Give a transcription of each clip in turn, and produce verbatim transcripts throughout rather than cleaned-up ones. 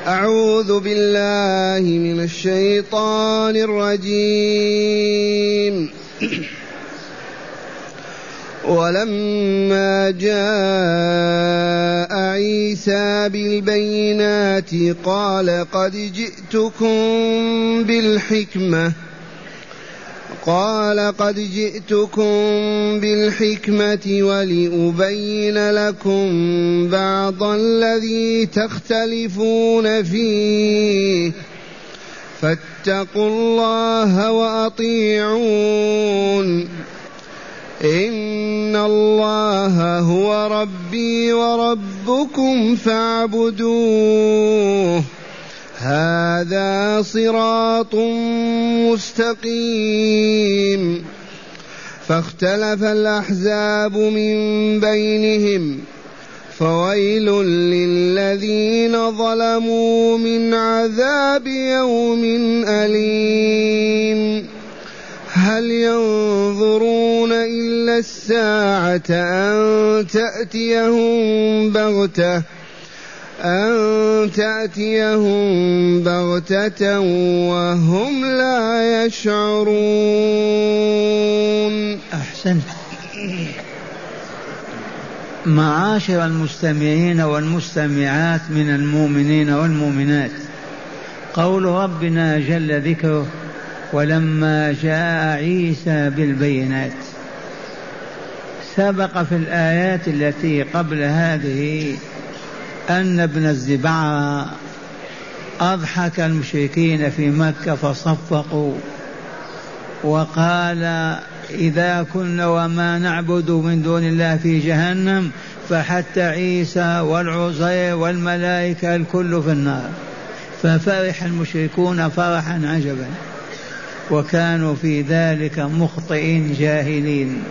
أعوذ بالله من الشيطان الرجيم. ولما جاء عيسى بالبينات قال قد جئتكم بالحكمة قال قد جئتكم بالحكمة ولأبين لكم بعض الذي تختلفون فيه فاتقوا الله وأطيعون إن الله هو ربي وربكم فاعبدوه هذا صراط مستقيم. فاختلف الأحزاب من بينهم فويل للذين ظلموا من عذاب يوم أليم. هل ينظرون إلا الساعة أن تأتيهم بغتة أن تأتيهم بغتة وهم لا يشعرون. أحسنت. معاشر المستمعين والمستمعات من المؤمنين والمؤمنات، قول ربنا جل ذكره ولما جاء عيسى بالبينات، سبق في الآيات التي قبل هذه أن ابن الزبعة أضحك المشركين في مكة فصفقوا وقال إذا كنا وما نعبد من دون الله في جهنم فحتى عيسى والعزير والملائكة الكل في النار. ففرح المشركون فرحا عجبا وكانوا في ذلك مخطئين جاهلين.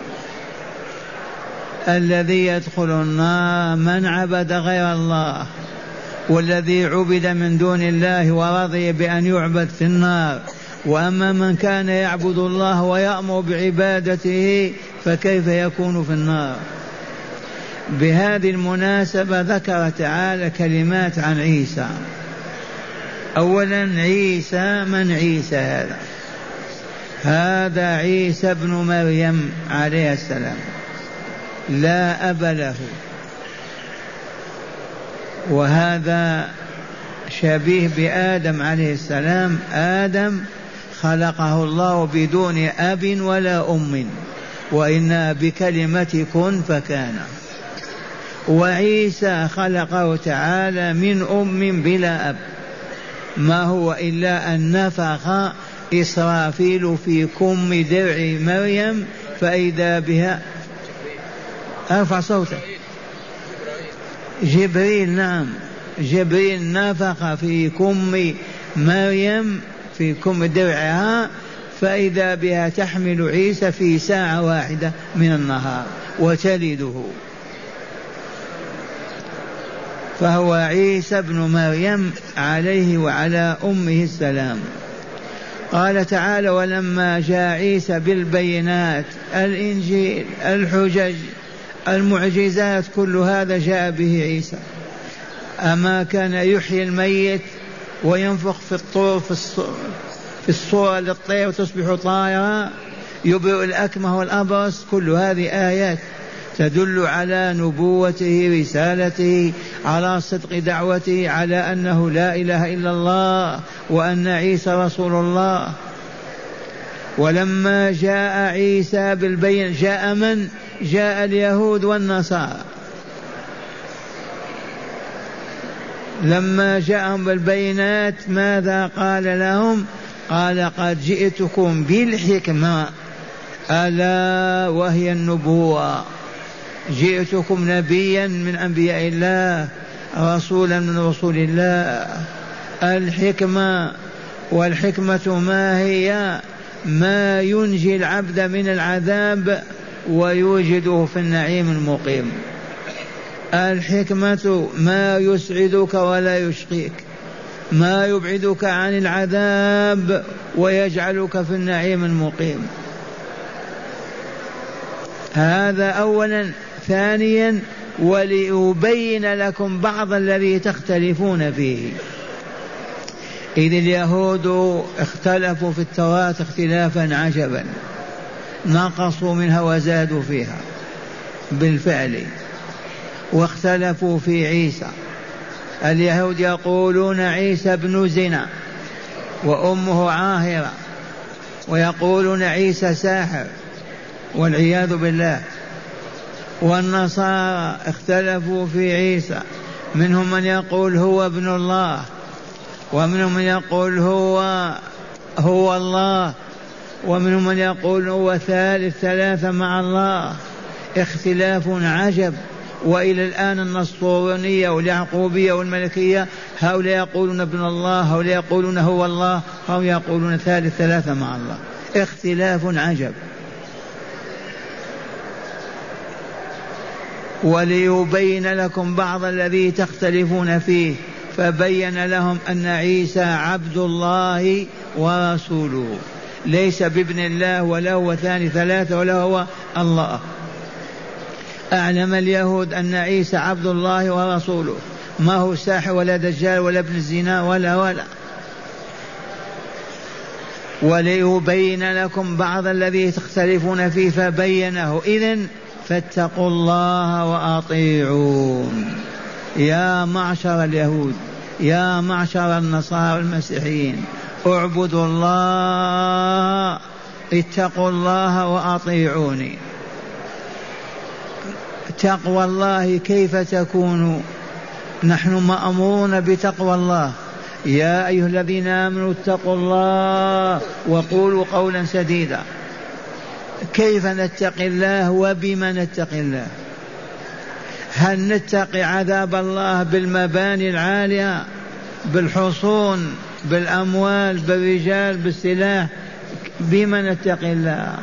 الذي يدخل النار من عبد غير الله، والذي عبد من دون الله ورضي بأن يعبد في النار. وأما من كان يعبد الله ويأمر بعبادته فكيف يكون في النار؟ بهذه المناسبة ذكر تعالى كلمات عن عيسى. أولا عيسى، من عيسى هذا؟ هذا عيسى ابن مريم عليه السلام، لا أب له، وهذا شبيه بآدم عليه السلام. آدم خلقه الله بدون أب ولا أم، وإنا بكلمة كن فكان. وعيسى خلقه تعالى من أم بلا أب، ما هو إلا أن نفخ إسرافيل في كم درع مريم فإذا بها، ارفع صوتك، جبريل، نعم جبريل نفخ في كم مريم في كم درعها فإذا بها تحمل عيسى في ساعة واحدة من النهار وتلده. فهو عيسى ابن مريم عليه وعلى أمه السلام. قال تعالى ولما جاء عيسى بالبينات، الإنجيل، الحجج، المعجزات، كل هذا جاء به عيسى. أما كان يحيي الميت وينفخ في الطور في الصورة للطير وتصبح طائرة، يبرئ الأكمه والأبرص، كل هذه آيات تدل على نبوته، رسالته، على صدق دعوته، على أنه لا إله إلا الله وأن عيسى رسول الله. ولما جاء عيسى بالبين، جاء من؟ جاء اليهود والنصارى. لما جاءهم بالبينات ماذا قال لهم؟ قال قد جئتكم بالحكمة، ألا وهي النبوة. جئتكم نبيا من أنبياء الله، رسولا من رسول الله. الحكمة، والحكمة ما هي؟ ما ينجي العبد من العذاب ويوجده في النعيم المقيم. الحكمة ما يسعدك ولا يشقيك، ما يبعدك عن العذاب ويجعلك في النعيم المقيم. هذا أولا. ثانيا ولأبين لكم بعض الذي تختلفون فيه. إذ اليهود اختلفوا في التوراة اختلافا عجبا، نقصوا منها وزادوا فيها بالفعل، واختلفوا في عيسى. اليهود يقولون عيسى ابن زنا وأمه عاهرة، ويقولون عيسى ساحر والعياذ بالله. والنصارى اختلفوا في عيسى، منهم من يقول هو ابن الله، ومنهم من يقول هو هو الله، ومنهم من يقول هو ثالث ثلاثة مع الله. اختلاف عجب. وإلى الآن النصرانية واليعقوبية والملكية هؤلاء يقولون ابن الله، هؤلاء يقولون هو الله، هم يقولون ثالث ثلاثة مع الله. اختلاف عجب. وليبين لكم بعض الذي تختلفون فيه، فبين لهم أن عيسى عبد الله ورسوله، ليس بابن الله ولا هو ثاني ثلاثة ولا هو الله. أعلم اليهود أن عيسى عبد الله ورسوله، ما هو ساحر ولا دجال ولا ابن الزنا ولا ولا. وليبين لكم بعض الذي تختلفون فيه فبينه. إذن فاتقوا الله وأطيعون. يا معشر اليهود، يا معشر النصارى والمسيحيين، اعبدوا الله، اتقوا الله وأطيعوني. تقوى الله كيف تكون؟ نحن مأمورون بتقوى الله. يا أيها الذين آمنوا اتقوا الله وقولوا قولا سديدا. كيف نتقي الله وبما نتقي الله؟ هل نتقي عذاب الله بالمباني العالية، بالحصون، بالأموال، بالرجال، بالسلاح؟ بما نتقي الله؟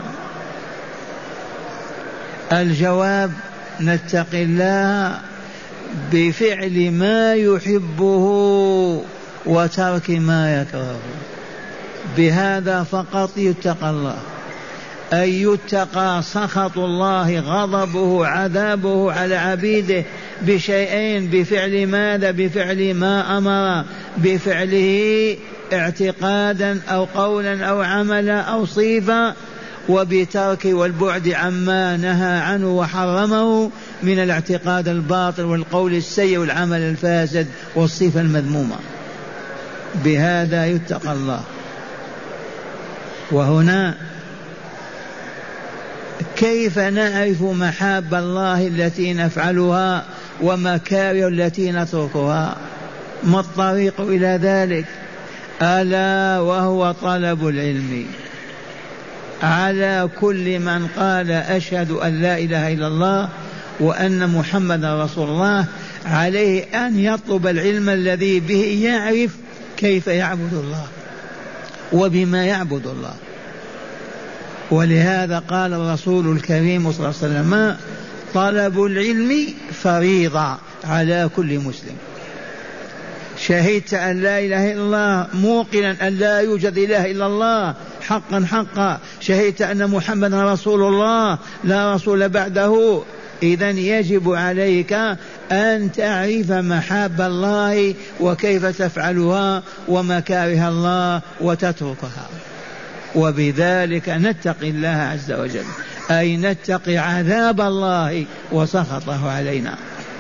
الجواب نتقي الله بفعل ما يحبه وترك ما يكرهه. بهذا فقط يتقى الله. أن يتقى سخط الله، غضبه، عذابه على عبيده بشيئين: بفعل ماذا؟ بفعل ما أمر بفعله اعتقادا أو قولا أو عملا أو صفة، وبترك والبعد عما نهى عنه وحرمه من الاعتقاد الباطل والقول السيء والعمل الفاسد والصفة المذمومة. بهذا يتقى الله. وهنا كيف نعرف محاب الله التي نفعلها ومكاره التي نتركها؟ ما الطريق إلى ذلك؟ ألا وهو طلب العلم. على كل من قال أشهد أن لا إله إلا الله وأن محمد رسول الله عليه أن يطلب العلم الذي به يعرف كيف يعبد الله وبما يعبد الله. ولهذا قال الرسول الكريم صلى الله عليه وسلم: طلب العلم فريضة على كل مسلم. شهدت أن لا إله إلا الله موقنا أن لا يوجد إله إلا الله حقا حقا، شهدت أن محمد رسول الله لا رسول بعده، إذن يجب عليك أن تعرف محاب الله وكيف تفعلها ومكاره الله وتتركها. وبذلك نتقي الله عز وجل، أي نتقي عذاب الله وسخطه علينا.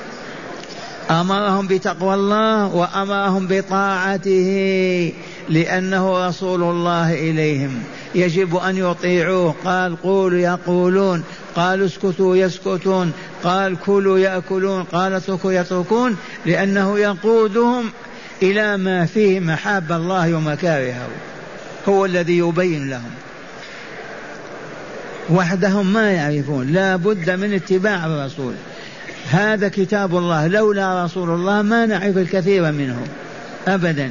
أمرهم بتقوى الله وأمرهم بطاعته لأنه رسول الله إليهم، يجب أن يطيعوه. قال قولوا يقولون، قالوا اسكتوا يسكتون، قال كلوا يأكلون، قال اتركوا يتركون، لأنه يقودهم إلى ما فيه محاب الله ومكارهه. هو الذي يبين لهم، وحدهم ما يعرفون. لا بد من اتباع الرسول. هذا كتاب الله، لولا رسول الله ما نعرف الكثير منه أبدا.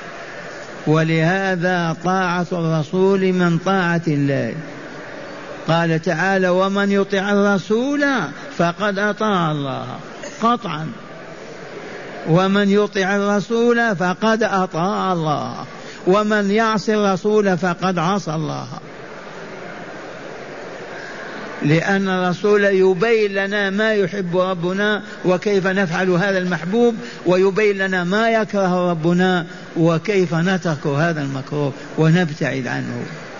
ولهذا طاعة الرسول من طاعة الله. قال تعالى: ومن يطع الرسول فقد أطاع الله قطعا. ومن يطع الرسول فقد أطاع الله، ومن يعص الرسول فقد عصى الله. لأن الرسول يبين لنا ما يحب ربنا وكيف نفعل هذا المحبوب، ويبين لنا ما يكره ربنا وكيف نترك هذا المكروه ونبتعد عنه.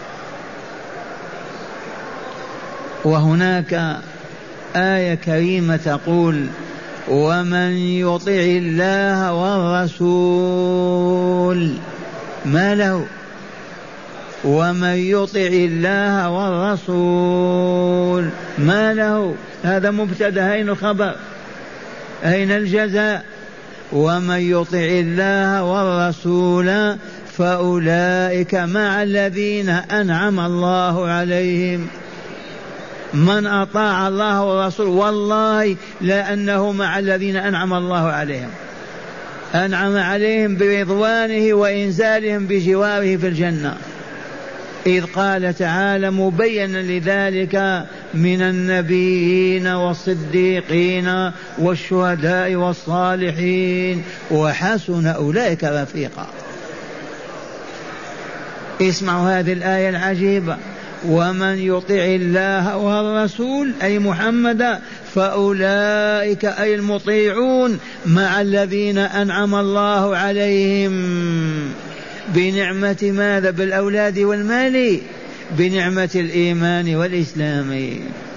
وهناك آية كريمة تقول ومن يطع الله والرسول ما له، ومن يطع الله والرسول ما له، هذا مبتدأ، أين الخبر؟ أين الجزاء؟ ومن يطع الله والرسول فأولئك مع الذين أنعم الله عليهم. من أطاع الله والرسول والله لأنه مع الذين أنعم الله عليهم، أنعم عليهم برضوانه وإنزالهم بجواره في الجنة، إذ قال تعالى مبينا لذلك من النبيين والصديقين والشهداء والصالحين وحسن أولئك رفيقا. اسمعوا هذه الآية العجيبة، ومن يطع الله والرسول أي محمد فأولئك أي المطيعون مع الذين أنعم الله عليهم بنعمة ماذا؟ بالأولاد والمال، بنعمة الإيمان والإسلام،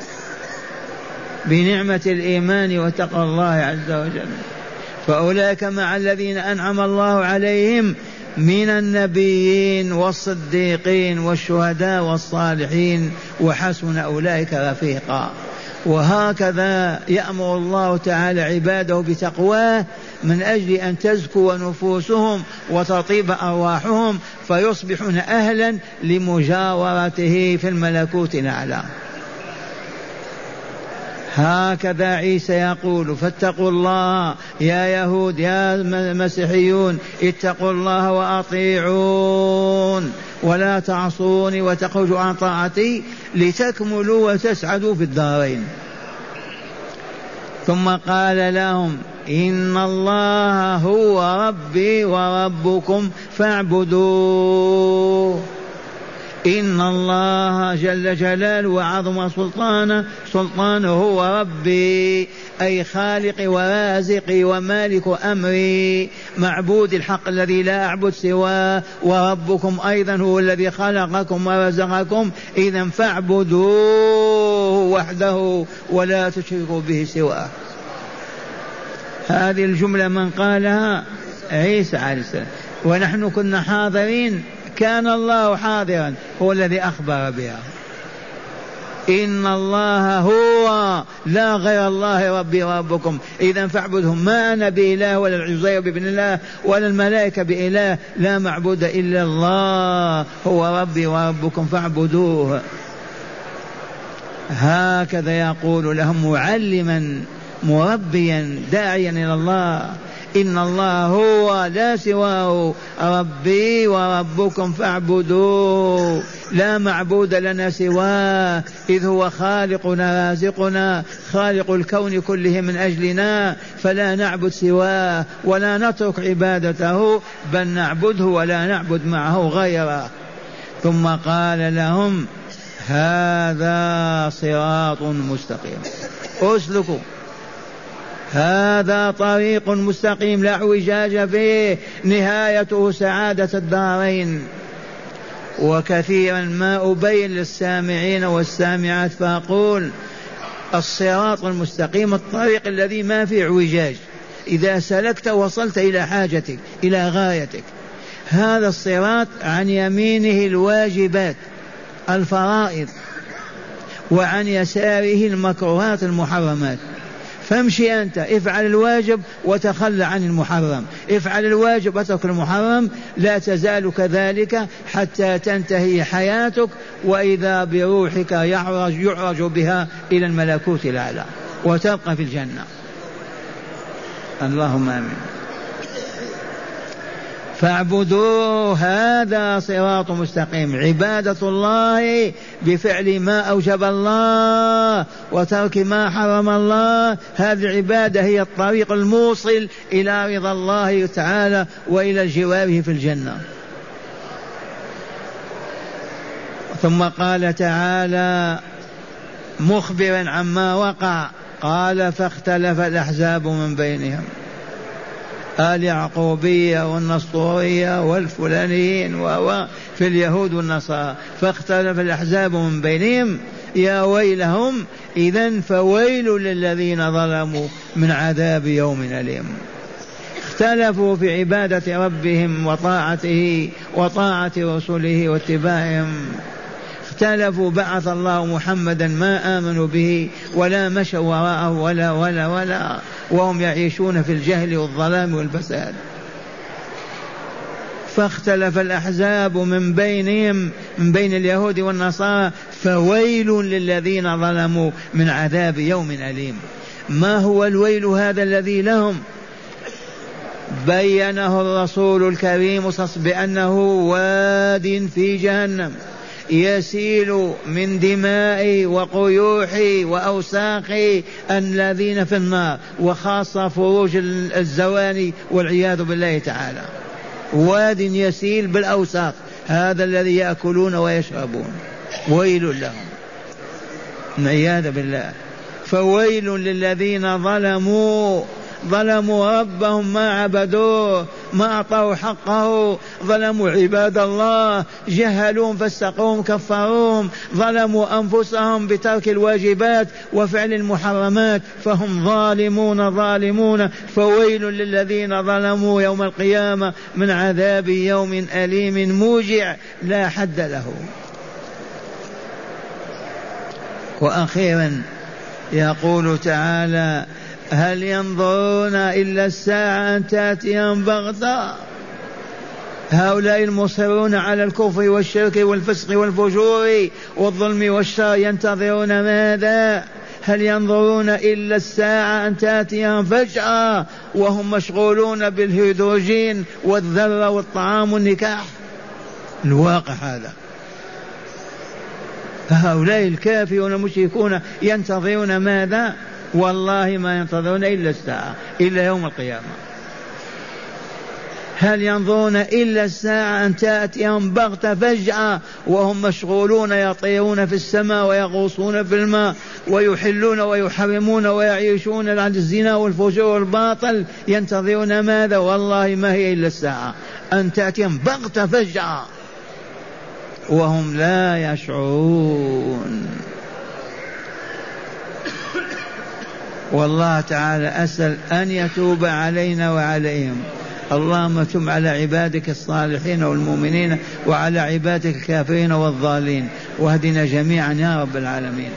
بنعمة الإيمان وتقوى الله عز وجل. فأولئك مع الذين أنعم الله عليهم من النبيين والصديقين والشهداء والصالحين وحسن أولئك رفيقا. وهكذا يأمر الله تعالى عباده بتقواه من أجل أن تزكو نفوسهم وتطيب أرواحهم فيصبحون أهلا لمجاورته في الملكوت الأعلى. هكذا عيسى يقول فاتقوا الله يا يهود يا مسيحيون اتقوا الله وأطيعون ولا تعصوني وتخرجوا عن طاعتي لتكملوا وتسعدوا في الدارين. ثم قال لهم إن الله هو ربي وربكم فاعبدوه. إن الله جل جلاله وعظم سلطانه سلطانه هو ربي أي خالقي ورازقي ومالك أمري، معبود الحق الذي لا أعبد سواه، وربكم أيضا هو الذي خلقكم ورزقكم، إذا فاعبدوه وحده ولا تشركوا به سواه. هذه الجملة من قالها؟ عيسى عليه السلام، ونحن كنا حاضرين، كان الله حاضرا هو الذي أخبر بها. إن الله هو لا غير الله ربي وربكم إذا فاعبدهم، ما أنا بإله ولا العزير بابن الله ولا الملائكة بإله، لا معبود إلا الله هو ربي وربكم فاعبدوه. هكذا يقول لهم معلما مربيا داعيا إلى الله، إن الله هو لا سواه ربي وربكم فاعبدوه، لا معبود لنا سواه، إذ هو خالقنا رازقنا خالق الكون كله من أجلنا، فلا نعبد سواه ولا نترك عبادته بل نعبده ولا نعبد معه غيره. ثم قال لهم هذا صراط مستقيم اسلكوا، هذا طريق مستقيم لا اعوجاج فيه، نهايته سعادة الدارين. وكثيرا ما أبين للسامعين والسامعات فأقول الصراط المستقيم الطريق الذي ما فيه اعوجاج، إذا سلكت وصلت إلى حاجتك إلى غايتك. هذا الصراط عن يمينه الواجبات الفرائض وعن يساره المكروهات المحرمات، فامشي أنت، افعل الواجب وتخلى عن المحرم، افعل الواجب واترك المحرم، لا تزال كذلك حتى تنتهي حياتك وإذا بروحك يعرج, يعرج بها إلى الملكوت الأعلى وتبقى في الجنة. اللهم آمين. فاعبدوه هذا صراط مستقيم، عبادة الله بفعل ما أوجب الله وترك ما حرم الله، هذه العبادة هي الطريق الموصل إلى رضا الله تعالى وإلى جواره في الجنة. ثم قال تعالى مخبرا عما وقع قال فاختلف الأحزاب من بينهم. اليعقوبية والنسطورية والفلانيين وفي اليهود والنصارى، فاختلف الأحزاب من بينهم. يا ويلهم إذن فويل للذين ظلموا من عذاب يوم أليم. اختلفوا في عبادة ربهم وطاعته وطاعة رسله واتباعهم، اختلفوا بعث الله محمدا ما آمنوا به ولا مشوا وراءه ولا ولا ولا وهم يعيشون في الجهل والظلام والفساد. فاختلف الأحزاب من بينهم من بين اليهود والنصارى، فويل للذين ظلموا من عذاب يوم أليم. ما هو الويل هذا الذي لهم؟ بينه الرسول الكريم بأنه واد في جهنم يسيل من دماء وقيوح وأوساخ الذين في النار، وخاصة فروج الزواني والعياذ بالله تعالى. واد يسيل بالأوساخ، هذا الذي يأكلون ويشربون، ويل لهم والعياذ بالله. فويل للذين ظلموا ظلموا ربهم، ما عبدوه، ما أعطوا حقه، ظلموا عباد الله، جهلوهم فاستقوهم كفروهم، ظلموا أنفسهم بترك الواجبات وفعل المحرمات، فهم ظالمون ظالمون. فويل للذين ظلموا يوم القيامة من عذاب يوم أليم موجع لا حد له. وأخيرا يقول تعالى: هل ينظرون إلا الساعة أن تأتيهم بغتة؟ هؤلاء المصرون على الكفر والشرك والفسق والفجور والظلم والشر ينتظرون ماذا؟ هل ينظرون إلا الساعة أن تأتيهم فجأة وهم مشغولون بالهيدروجين والذرة والطعام والنكاح؟ الواقع هذا. هؤلاء الكافرون المشركون ينتظرون ماذا؟ والله ما ينتظرون إلا الساعة، إلا يوم القيامة. هل ينظرون إلا الساعة أن تأتيهم بغتة فجأة وهم مشغولون يطيرون في السماء ويغوصون في الماء ويحلون ويحرمون ويعيشون عن الزنا والفجور والباطل؟ ينتظرون ماذا؟ والله ما هي إلا الساعة أن تأتيهم بغتة فجأة وهم لا يشعرون. والله تعالى أسأل أن يتوب علينا وعليهم. اللهم تب على عبادك الصالحين والمؤمنين وعلى عبادك الكافرين والضالين، واهدنا جميعا يا رب العالمين.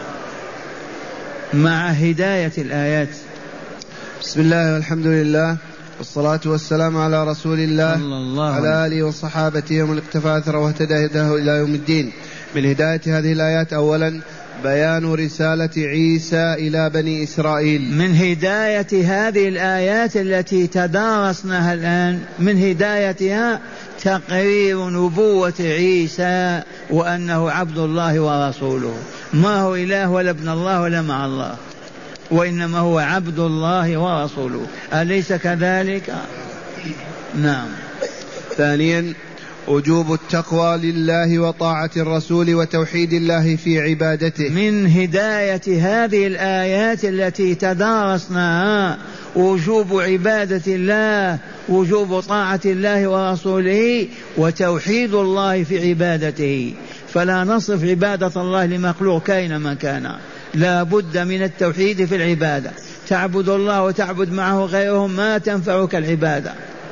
مع هداية الآيات. بسم الله والحمد لله والصلاة والسلام على رسول الله وعلى آله وصحابته ومن اقتفى أثره واهتدى هداه إلى يوم الدين. من هداية هذه الآيات أولا بيان رسالة عيسى إلى بني إسرائيل. من هداية هذه الآيات التي تدارسناها الآن، من هدايتها تقرير نبوة عيسى وأنه عبد الله ورسوله، ما هو إله ولا ابن الله ولا مع الله، وإنما هو عبد الله ورسوله، أليس كذلك؟ نعم. ثانيا وجوب التقوى لله وطاعة الرسول وتوحيد الله في عبادته. من هداية هذه الآيات التي تدارسناها وجوب عبادة الله، وجوب طاعة الله ورسوله، وتوحيد الله في عبادته. فلا نصف عبادة الله لمخلوق كائن ما كان، لا بد من التوحيد في العبادة. تعبد الله وتعبد معه غيره ما تنفعك العبادة.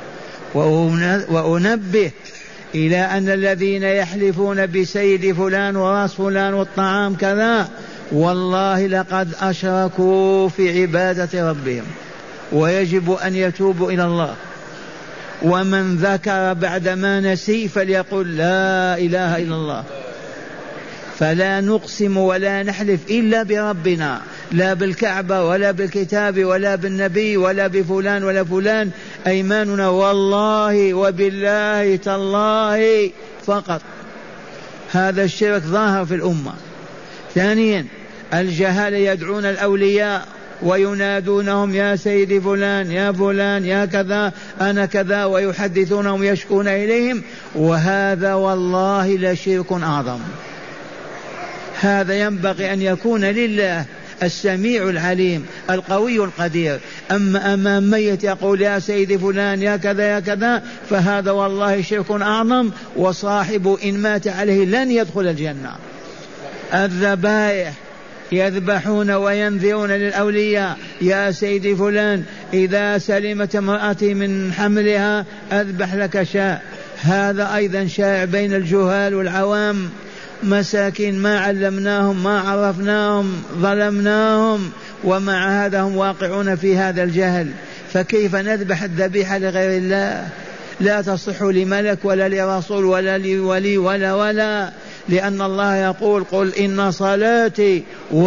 وأنبه إلى أن الذين يحلفون بسيد فلان وراس فلان والطعام كذا، والله لقد أشركوا في عبادة ربهم، ويجب أن يتوبوا إلى الله. ومن ذكر بعدما نسي فليقل لا إله إلا الله. فلا نقسم ولا نحلف إلا بربنا، لا بالكعبة ولا بالكتاب ولا بالنبي ولا بفلان ولا فلان. أيماننا والله وبالله تالله فقط. هذا الشرك ظاهر في الأمة. ثانيا الجهال يدعون الأولياء وينادونهم يا سيدي فلان يا فلان يا كذا أنا كذا، ويحدثونهم يشكون إليهم، وهذا والله لشرك أعظم. هذا ينبغي أن يكون لله، السميع العليم القوي القدير. أما أمام ميت يقول يا سيدي فلان يا كذا يا كذا فهذا والله شرك أعظم، وصاحبه إن مات عليه لن يدخل الجنة. الذبائح يذبحون وينذرون للأولياء يا سيدي فلان إذا سلمت امرأتي من حملها أذبح لك شاء. هذا أيضا شائع بين الجهال والعوام، مساكين ما علمناهم ما عرفناهم ظلمناهم، ومع هذا هم واقعون في هذا الجهل. فكيف نذبح الذبيحة لغير الله؟ لا تصح لملك ولا لرسول ولا لولي ولا ولا لأن الله يقول قل إن صلاتي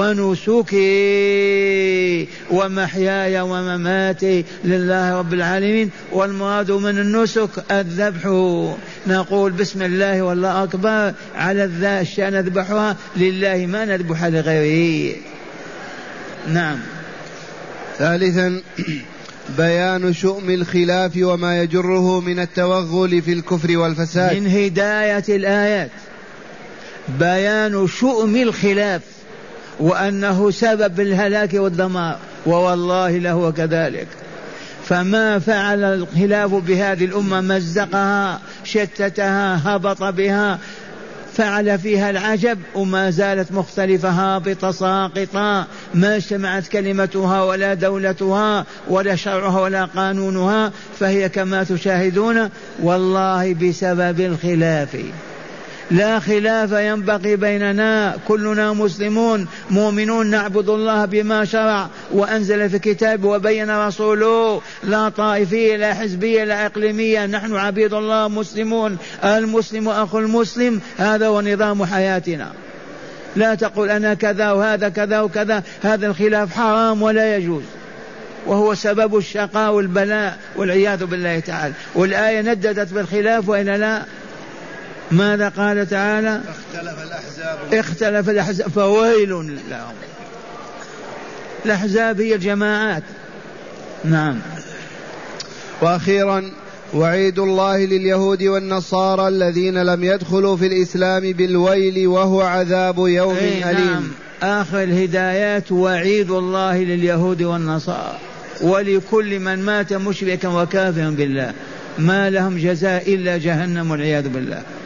ونسكي ومحياي ومماتي لله رب العالمين، والمراد من النسك الذبح. نقول بسم الله والله أكبر على الأشياء نذبحها لله ما نذبح لغيره. نعم. ثالثا بيان شؤم الخلاف وما يجره من التوغل في الكفر والفساد. من هداية الآيات بيان شؤم الخلاف وأنه سبب الهلاك والدمار، ووالله له كذلك. فما فعل الخلاف بهذه الأمة مزقها شتتها هبط بها، فعل فيها العجب وما زالت مختلفة هابطة ساقطة، ما اجتمعت كلمتها ولا دولتها ولا شرعها ولا قانونها، فهي كما تشاهدون والله بسبب الخلاف. لا خلاف ينبغي بيننا، كلنا مسلمون مؤمنون نعبد الله بما شرع وأنزل في كتابه وبين رسوله، لا طائفية لا حزبية لا إقليمية، نحن عبيد الله مسلمون، المسلم أخو المسلم، هذا هو نظام حياتنا. لا تقول أنا كذا وهذا كذا وكذا، هذا الخلاف حرام ولا يجوز، وهو سبب الشقاء والبلاء والعياذ بالله تعالى. والآية نددت بالخلاف وإلا لا؟ ماذا قال تعالى؟ اختلف الأحزاب اختلف الأحزاب فويل لهم. الأحزاب هي الجماعات. نعم. وأخيرا وعيد الله لليهود والنصارى الذين لم يدخلوا في الإسلام بالويل وهو عذاب يوم أي أليم. نعم. آخر الهدايات وعيد الله لليهود والنصارى ولكل من مات مشركا وكافرا بالله، ما لهم جزاء إلا جهنم والعياذ بالله.